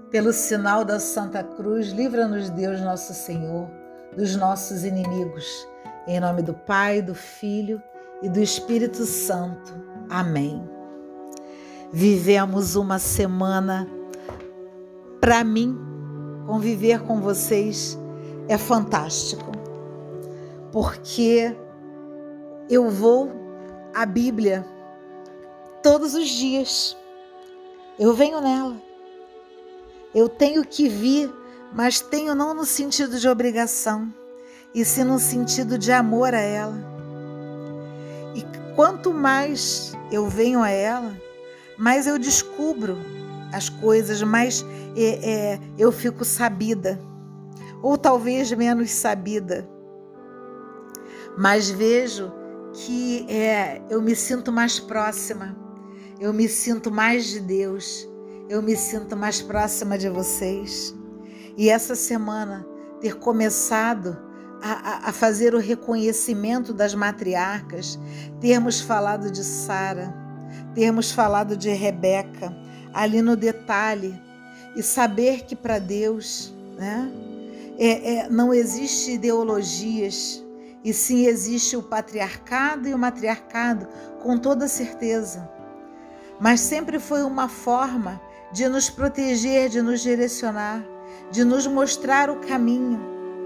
Pelo sinal da Santa Cruz, livra-nos Deus nosso Senhor dos nossos inimigos. Em nome do Pai, do Filho e do Espírito Santo. Amém. Vivemos uma semana, para mim, conviver com vocês é fantástico, porque eu vou à Bíblia todos os dias, eu venho nela, eu tenho que vir, mas tenho não no sentido de obrigação, e sim no sentido de amor a ela. E quanto mais eu venho a ela, mais eu descubro as coisas, mais eu fico sabida, ou talvez menos sabida, mas vejo que eu me sinto mais próxima, eu me sinto mais de Deus, eu me sinto mais próxima de vocês. E essa semana, ter começado a fazer o reconhecimento das matriarcas, termos falado de Sara, termos falado de Rebeca, ali no detalhe, e saber que para Deus, né, não existe ideologias, e sim existe o patriarcado e o matriarcado, com toda certeza. Mas sempre foi uma forma de nos proteger, de nos direcionar, de nos mostrar o caminho.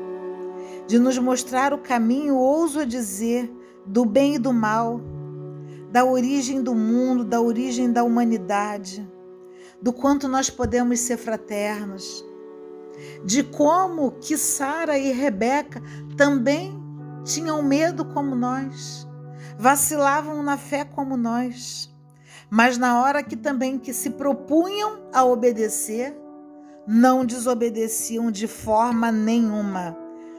Ouso dizer, do bem e do mal, da origem do mundo, da origem da humanidade, do quanto nós podemos ser fraternos, de como que Sara e Rebeca também tinham medo como nós, vacilavam na fé como nós, mas na hora que se propunham a obedecer, não desobedeciam de forma nenhuma.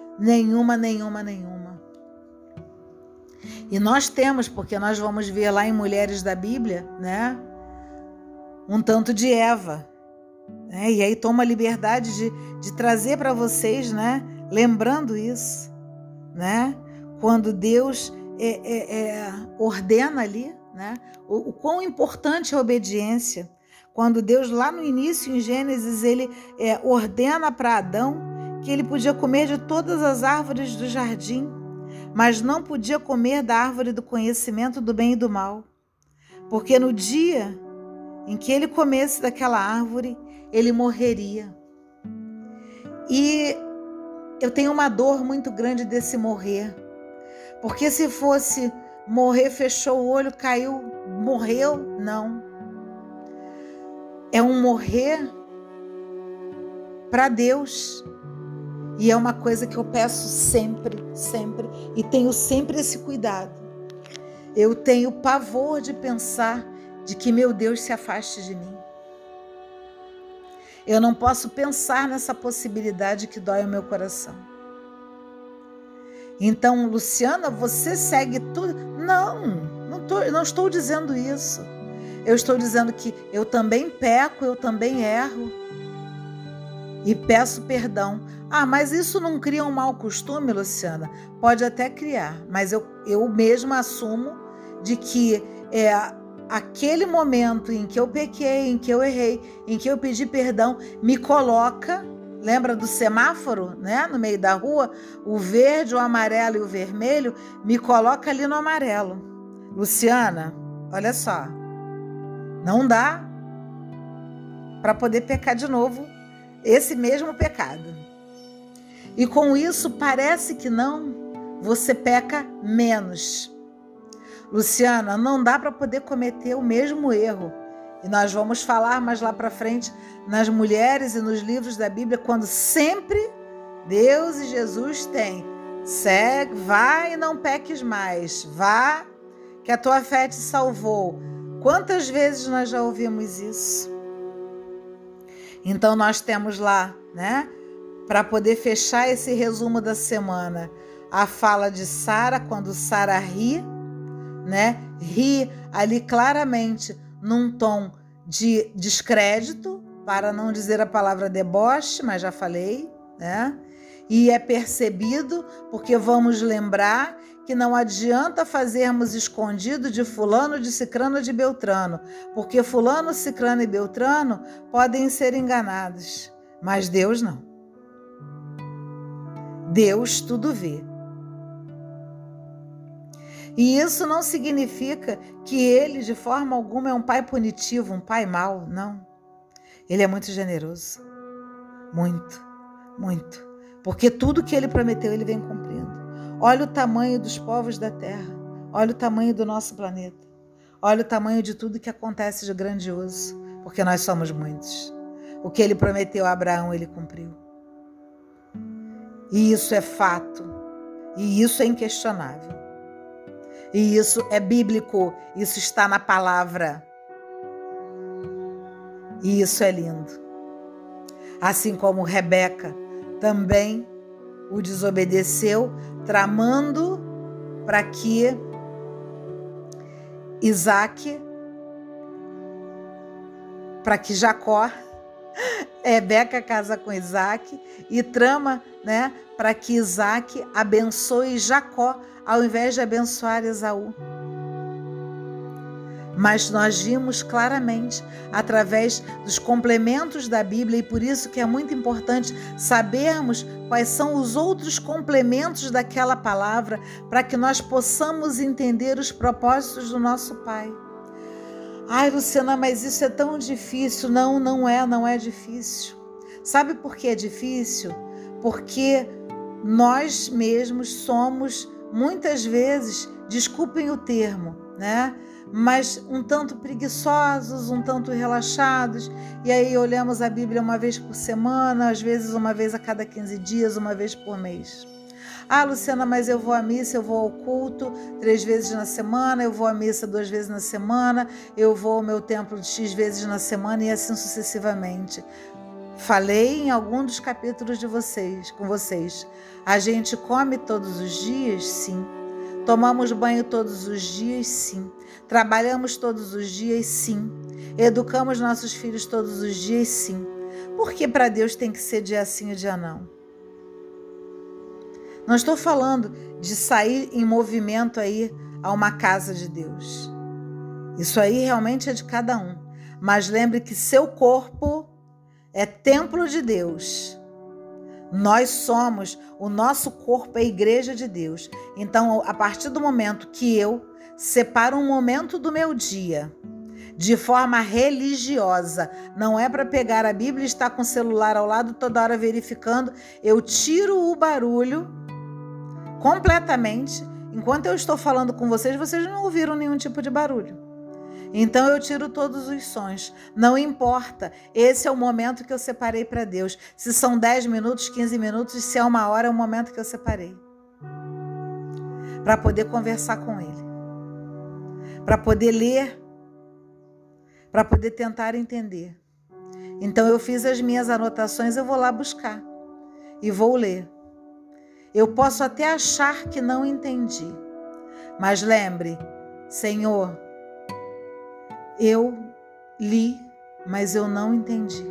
E nós temos, porque nós vamos ver lá em Mulheres da Bíblia, né, um tanto de Eva, né, e aí toma a liberdade de trazer para vocês, né, lembrando isso, né, quando Deus ordena ali, né, o quão importante é a obediência. Quando Deus, lá no início, em Gênesis, ele ordena para Adão que ele podia comer de todas as árvores do jardim, mas não podia comer da árvore do conhecimento do bem e do mal, porque no dia em que ele comesse daquela árvore, ele morreria. E eu tenho uma dor muito grande desse morrer, porque se fosse morrer, fechou o olho, caiu, morreu, não. É um morrer para Deus. E é uma coisa que eu peço sempre, e tenho sempre esse cuidado. Eu tenho pavor de pensar de que meu Deus se afaste de mim. Eu não posso pensar nessa possibilidade que dói o meu coração. Então, Luciana, você segue tudo? Não estou dizendo isso. Eu estou dizendo que eu também peco, eu também erro. E peço perdão. Mas isso não cria um mau costume, Luciana? Pode até criar, mas eu mesma assumo de que aquele momento em que eu pequei, em que eu errei, em que eu pedi perdão, me coloca, lembra do semáforo, né? No meio da rua, o verde, o amarelo e o vermelho, me coloca ali no amarelo. Luciana, olha só, não dá para poder pecar de novo esse mesmo pecado. E com isso parece que você peca menos. Luciana, não dá para poder cometer o mesmo erro. E nós vamos falar mais lá para frente nas mulheres e nos livros da Bíblia, quando sempre Deus e Jesus têm: segue, vai e não peques mais, vá que a tua fé te salvou. Quantas vezes nós já ouvimos isso? Então nós temos lá, né, para poder fechar esse resumo da semana, a fala de Sara, quando Sara ri, né, ri ali claramente num tom de descrédito, para não dizer a palavra deboche, mas já falei, né? E é percebido porque vamos lembrar que não adianta fazermos escondido de fulano, de cicrano, de beltrano, porque fulano, cicrano e beltrano podem ser enganados, mas Deus não. Deus tudo vê. E isso não significa que ele, de forma alguma, é um pai punitivo, um pai mau, não. Ele é muito generoso. Muito, muito. Porque tudo que ele prometeu, ele vem cumprindo. Olha o tamanho dos povos da terra. Olha o tamanho do nosso planeta. Olha o tamanho de tudo que acontece de grandioso. Porque nós somos muitos. O que ele prometeu a Abraão, ele cumpriu. E isso é fato. E isso é inquestionável. E isso é bíblico. Isso está na palavra. E isso é lindo. Assim como Rebeca também o desobedeceu, tramando para que Jacó, Rebeca casa com Isaac e trama, né, para que Isaac abençoe Jacó ao invés de abençoar Esaú. Mas nós vimos claramente através dos complementos da Bíblia, e por isso que é muito importante sabermos quais são os outros complementos daquela palavra, para que nós possamos entender os propósitos do nosso Pai. Ai, Luciana, mas isso é tão difícil. Não é difícil. Sabe por que é difícil? Porque nós mesmos somos, muitas vezes, desculpem o termo, né? Mas um tanto preguiçosos, um tanto relaxados, e aí olhamos a Bíblia uma vez por semana, às vezes uma vez a cada 15 dias, uma vez por mês. Ah, Luciana, mas eu vou à missa, eu vou ao culto 3 vezes na semana, eu vou à missa 2 vezes na semana, eu vou ao meu templo X vezes na semana e assim sucessivamente. Falei em algum dos capítulos com vocês. A gente come todos os dias? Sim. Tomamos banho todos os dias? Sim. Trabalhamos todos os dias? Sim. Educamos nossos filhos todos os dias? Sim. Por que para Deus tem que ser dia sim e dia não? Não estou falando de sair em movimento aí a uma casa de Deus. Isso aí realmente é de cada um. Mas lembre que seu corpo é templo de Deus. Nós somos, o nosso corpo é a igreja de Deus. Então, a partir do momento que eu separo um momento do meu dia de forma religiosa, não é para pegar a Bíblia e estar com o celular ao lado toda hora verificando, eu tiro o barulho completamente. Enquanto eu estou falando com vocês não ouviram nenhum tipo de barulho. Então eu tiro todos os sons. Não importa, esse é o momento que eu separei para Deus. Se são 10 minutos, 15 minutos, se é 1 hora, é o momento que eu separei. Para poder conversar com Ele. Para poder ler. Para poder tentar entender. Então eu fiz as minhas anotações, eu vou lá buscar. E vou ler. Eu posso até achar que não entendi. Mas lembre, Senhor, eu li, mas eu não entendi.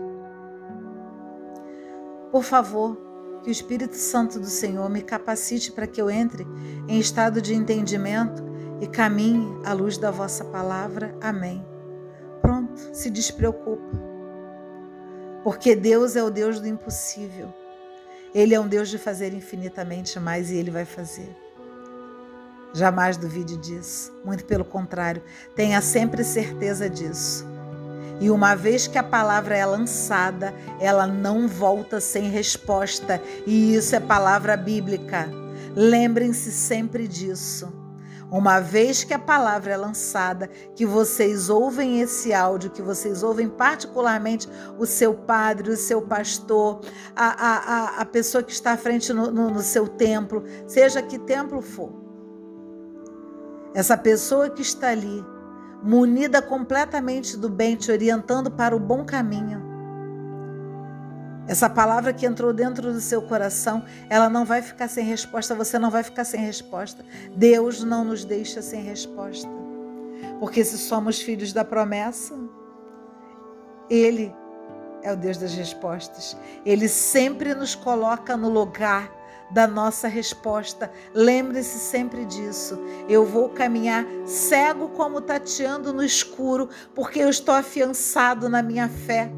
Por favor, que o Espírito Santo do Senhor me capacite para que eu entre em estado de entendimento e caminhe à luz da vossa palavra. Amém. Pronto, se despreocupa. Porque Deus é o Deus do impossível. Ele é um Deus de fazer infinitamente mais e Ele vai fazer. Jamais duvide disso. Muito pelo contrário, tenha sempre certeza disso. E uma vez que a palavra é lançada, ela não volta sem resposta. E isso é palavra bíblica. Lembrem-se sempre disso. Uma vez que a palavra é lançada, que vocês ouvem esse áudio, que vocês ouvem particularmente o seu padre, o seu pastor, a pessoa que está à frente no seu templo, seja que templo for. Essa pessoa que está ali, munida completamente do bem, te orientando para o bom caminho. Essa palavra que entrou dentro do seu coração, ela não vai ficar sem resposta, você não vai ficar sem resposta. Deus não nos deixa sem resposta. Porque se somos filhos da promessa, Ele é o Deus das respostas. Ele sempre nos coloca no lugar da nossa resposta. Lembre-se sempre disso. Eu vou caminhar cego como tateando no escuro, porque eu estou afiançado na minha fé.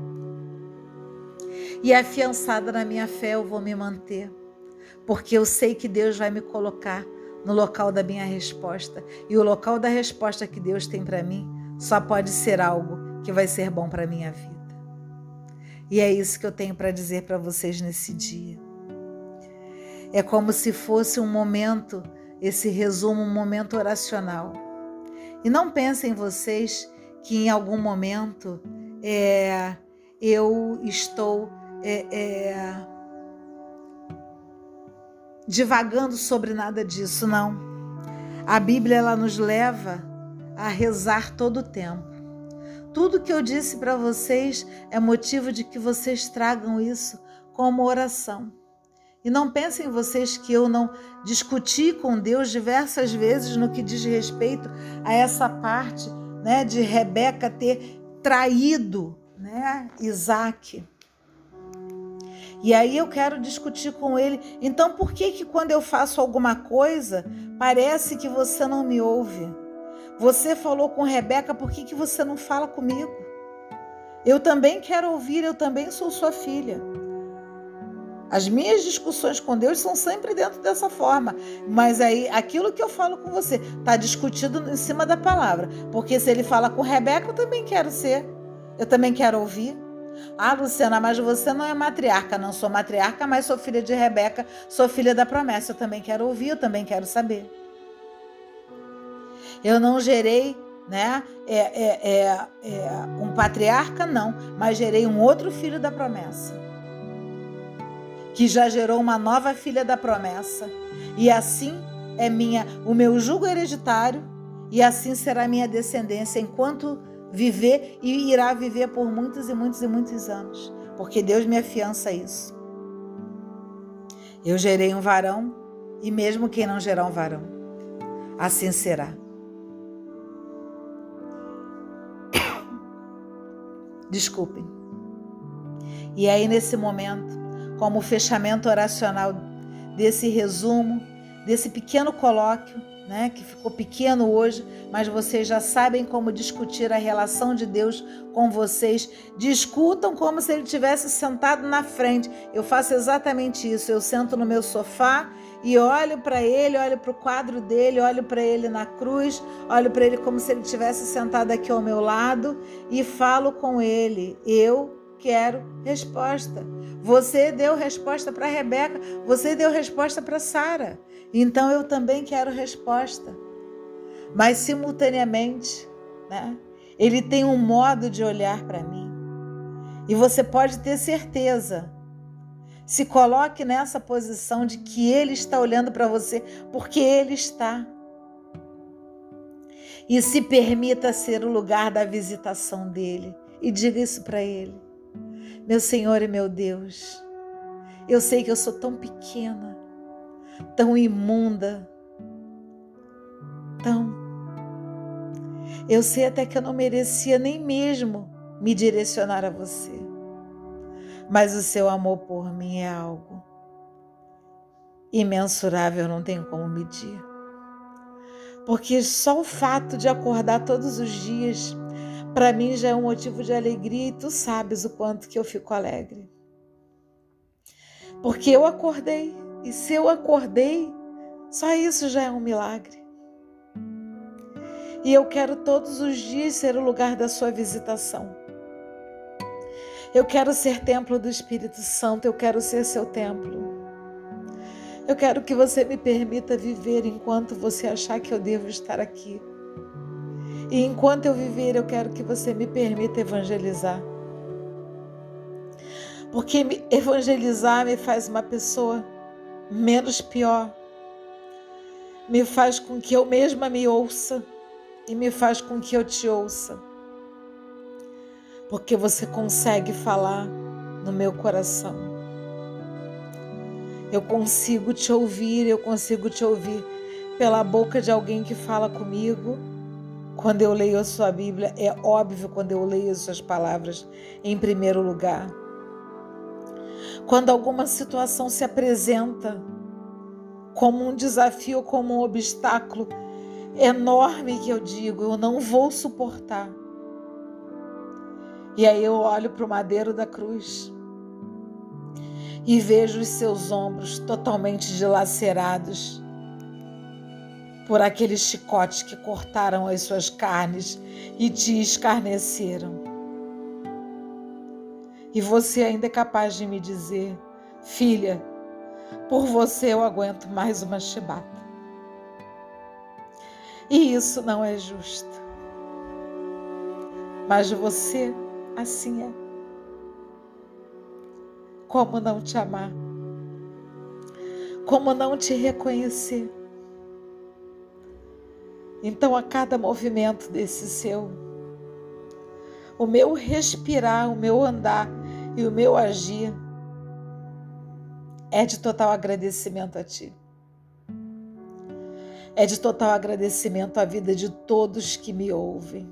E afiançada na minha fé eu vou me manter, porque eu sei que Deus vai me colocar no local da minha resposta. E o local da resposta que Deus tem para mim só pode ser algo que vai ser bom para a minha vida. E é isso que eu tenho para dizer para vocês nesse dia. É como se fosse um momento, esse resumo, um momento oracional. E não pensem vocês que em algum momento eu estou divagando sobre nada disso, não. A Bíblia, ela nos leva a rezar todo o tempo. Tudo que eu disse para vocês é motivo de que vocês tragam isso como oração. E não pensem vocês que eu não discuti com Deus diversas vezes no que diz respeito a essa parte, né, de Rebeca ter traído, né, Isaac. E aí eu quero discutir com ele. Então por que quando eu faço alguma coisa, parece que você não me ouve? Você falou com Rebeca, por que você não fala comigo? Eu também quero ouvir, eu também sou sua filha. As minhas discussões com Deus são sempre dentro dessa forma. Mas aí, aquilo que eu falo com você está discutido em cima da palavra. Porque se ele fala com Rebeca, eu também quero ser. Eu também quero ouvir. Ah, Luciana, mas você não é matriarca. Não sou matriarca, mas sou filha de Rebeca, sou filha da promessa. Eu também quero ouvir, eu também quero saber. Eu não gerei, né, um patriarca, não, mas gerei um outro filho da promessa, que já gerou uma nova filha da promessa. E assim é o meu jugo hereditário, e assim será a minha descendência enquanto viver, e irá viver por muitos e muitos e muitos anos, porque Deus me afiança a isso. Eu gerei um varão, e mesmo quem não gerar um varão, assim será. Desculpem. E aí, nesse momento, como fechamento oracional desse resumo, desse pequeno colóquio, né, que ficou pequeno hoje, mas vocês já sabem como discutir a relação de Deus com vocês. Discutam como se ele estivesse sentado na frente. Eu faço exatamente isso. Eu sento no meu sofá e olho para ele, olho para o quadro dele, olho para ele na cruz, olho para ele como se ele estivesse sentado aqui ao meu lado e falo com ele. Eu quero resposta. Você deu resposta para Rebeca, você deu resposta para Sara. Então eu também quero resposta. Mas simultaneamente, né, ele tem um modo de olhar para mim. E você pode ter certeza. Se coloque nessa posição de que ele está olhando para você, porque ele está. E se permita ser o lugar da visitação dele. E diga isso para ele. Meu Senhor e meu Deus, eu sei que eu sou tão pequena, tão imunda, eu sei até que eu não merecia nem mesmo me direcionar a você. Mas o seu amor por mim é algo imensurável, não tenho como medir. Porque só o fato de acordar todos os dias, para mim já é um motivo de alegria, e tu sabes o quanto que eu fico alegre. Porque eu acordei, e se eu acordei, só isso já é um milagre. E eu quero todos os dias ser o lugar da sua visitação. Eu quero ser templo do Espírito Santo, eu quero ser seu templo. Eu quero que você me permita viver enquanto você achar que eu devo estar aqui. E enquanto eu viver, eu quero que você me permita evangelizar. Porque evangelizar me faz uma pessoa menos pior. Me faz com que eu mesma me ouça e me faz com que eu te ouça. Porque você consegue falar no meu coração. Eu consigo te ouvir pela boca de alguém que fala comigo, Quando eu leio a sua Bíblia, é óbvio quando eu leio as suas palavras em primeiro lugar. Quando alguma situação se apresenta como um desafio, como um obstáculo enorme, que eu digo, eu não vou suportar. E aí eu olho para o madeiro da cruz e vejo os seus ombros totalmente dilacerados por aqueles chicotes que cortaram as suas carnes e te escarneceram. E você ainda é capaz de me dizer: filha, por você eu aguento mais uma chibata. E isso não é justo. Mas você, assim é. Como não te amar? Como não te reconhecer? Então, a cada movimento desse seu, o meu respirar, o meu andar e o meu agir é de total agradecimento a ti. É de total agradecimento à vida de todos que me ouvem.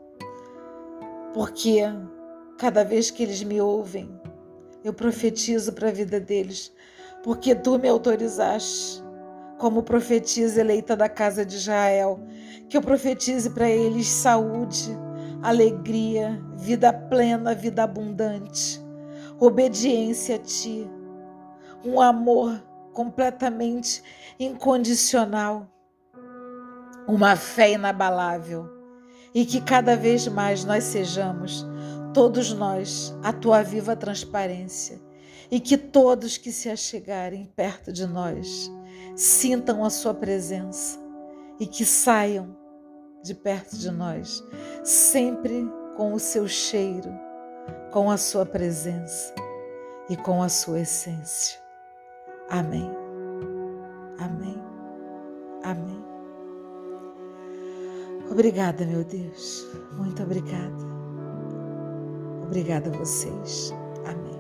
Porque cada vez que eles me ouvem, eu profetizo para a vida deles. Porque tu me autorizaste, como profetisa eleita da casa de Israel, que eu profetize para eles saúde, alegria, vida plena, vida abundante, obediência a ti, um amor completamente incondicional, uma fé inabalável, e que cada vez mais nós sejamos, todos nós, a tua viva transparência, e que todos que se achegarem perto de nós sintam a sua presença e que saiam de perto de nós sempre com o seu cheiro, com a sua presença e com a sua essência. Amém. Amém. Amém. Obrigada, meu Deus. Muito obrigada. Obrigada a vocês. Amém.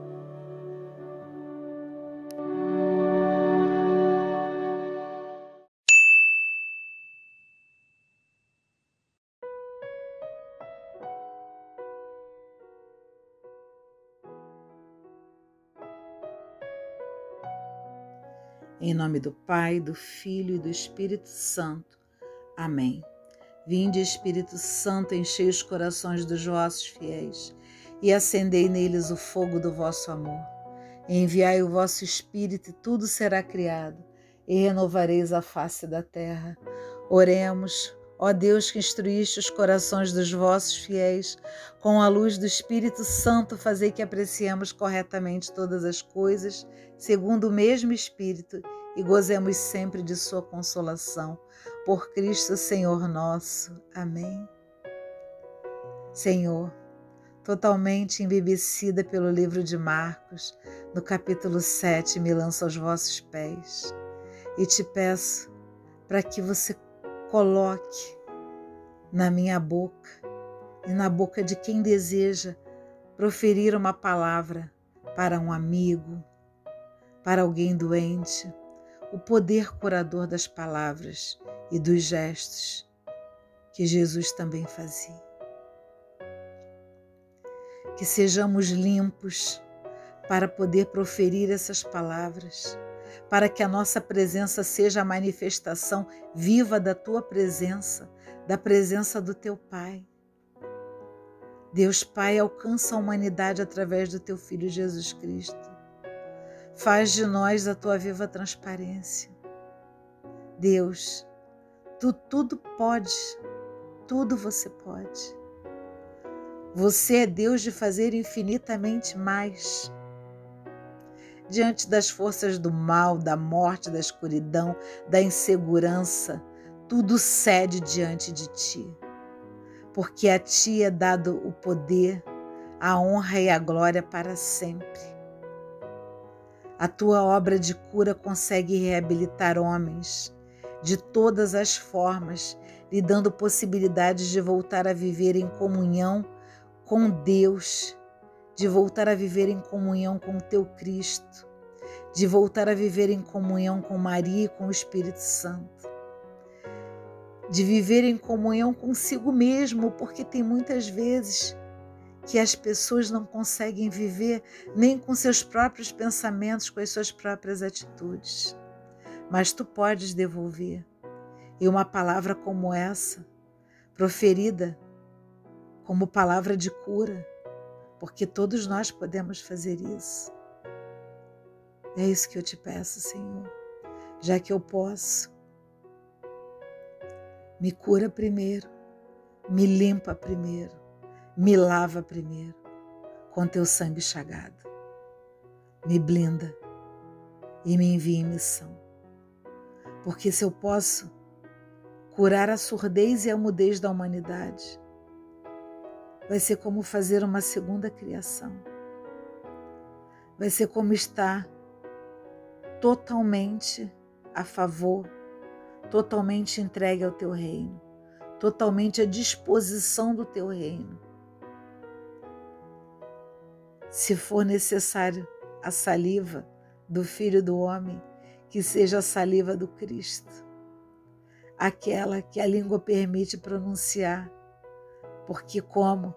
Em nome do Pai, do Filho e do Espírito Santo. Amém. Vinde, Espírito Santo, enchei os corações dos vossos fiéis e acendei neles o fogo do vosso amor. Enviai o vosso Espírito e tudo será criado e renovareis a face da terra. Oremos, ó Deus que instruíste os corações dos vossos fiéis, com a luz do Espírito Santo fazei que apreciemos corretamente todas as coisas, segundo o mesmo Espírito, e gozemos sempre de sua consolação. Por Cristo Senhor nosso. Amém. Senhor, totalmente embebecida pelo livro de Marcos, no capítulo 7, me lanço aos vossos pés e te peço para que você coloque na minha boca e na boca de quem deseja proferir uma palavra para um amigo, para alguém doente, o poder curador das palavras e dos gestos que Jesus também fazia. Que sejamos limpos para poder proferir essas palavras, para que a nossa presença seja a manifestação viva da tua presença, da presença do teu Pai. Deus Pai, alcança a humanidade através do teu Filho Jesus Cristo. Faz de nós a tua viva transparência. Deus, tu tudo podes, tudo você pode. Você é Deus de fazer infinitamente mais. Diante das forças do mal, da morte, da escuridão, da insegurança, tudo cede diante de ti. Porque a ti é dado o poder, a honra e a glória para sempre. A tua obra de cura consegue reabilitar homens de todas as formas, lhe dando possibilidades de voltar a viver em comunhão com Deus, de voltar a viver em comunhão com o teu Cristo, de voltar a viver em comunhão com Maria e com o Espírito Santo. de viver em comunhão consigo mesmo, porque tem muitas vezes que as pessoas não conseguem viver nem com seus próprios pensamentos, com as suas próprias atitudes. Mas tu podes devolver. E uma palavra como essa, proferida como palavra de cura, porque todos nós podemos fazer isso. É isso que eu te peço, Senhor. Já que eu posso, me cura primeiro, me limpa primeiro, me lava primeiro, com teu sangue chagado. Me blinda e me envia em missão. Porque se eu posso curar a surdez e a mudez da humanidade, vai ser como fazer uma segunda criação. Vai ser como estar totalmente a favor, totalmente entregue ao teu reino, totalmente à disposição do teu reino. Se for necessário a saliva do Filho do Homem, que seja a saliva do Cristo, aquela que a língua permite pronunciar, porque como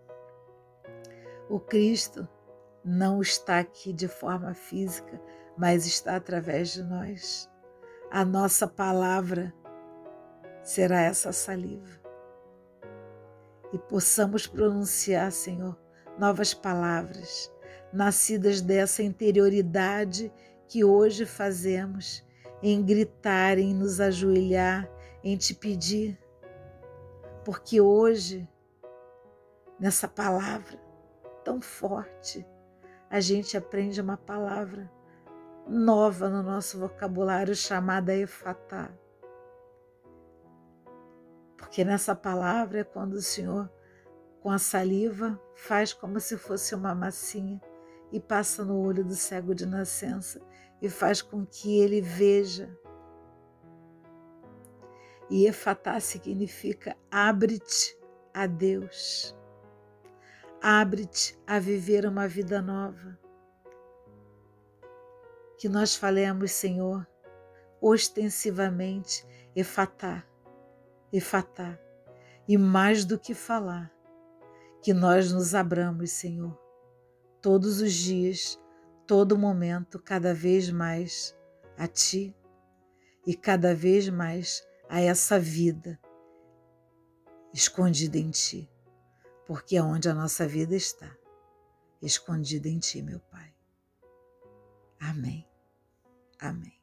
o Cristo não está aqui de forma física, mas está através de nós, a nossa palavra será essa saliva. E possamos pronunciar, Senhor, novas palavras, nascidas dessa interioridade que hoje fazemos, em gritar, em nos ajoelhar, em te pedir. Porque hoje, nessa palavra tão forte, a gente aprende uma palavra nova no nosso vocabulário chamada Efatá. Porque nessa palavra é quando o Senhor, com a saliva, faz como se fosse uma massinha e passa no olho do cego de nascença e faz com que ele veja. E Efatá significa abre-te a Deus. Abre-te a viver uma vida nova. Que nós falemos, Senhor, ostensivamente, Efatá, Efatá. E mais do que falar, que nós nos abramos, Senhor, todos os dias, todo momento, cada vez mais a Ti e cada vez mais a essa vida escondida em Ti, porque é onde a nossa vida está, escondida em Ti, meu Pai. Amém. Amém.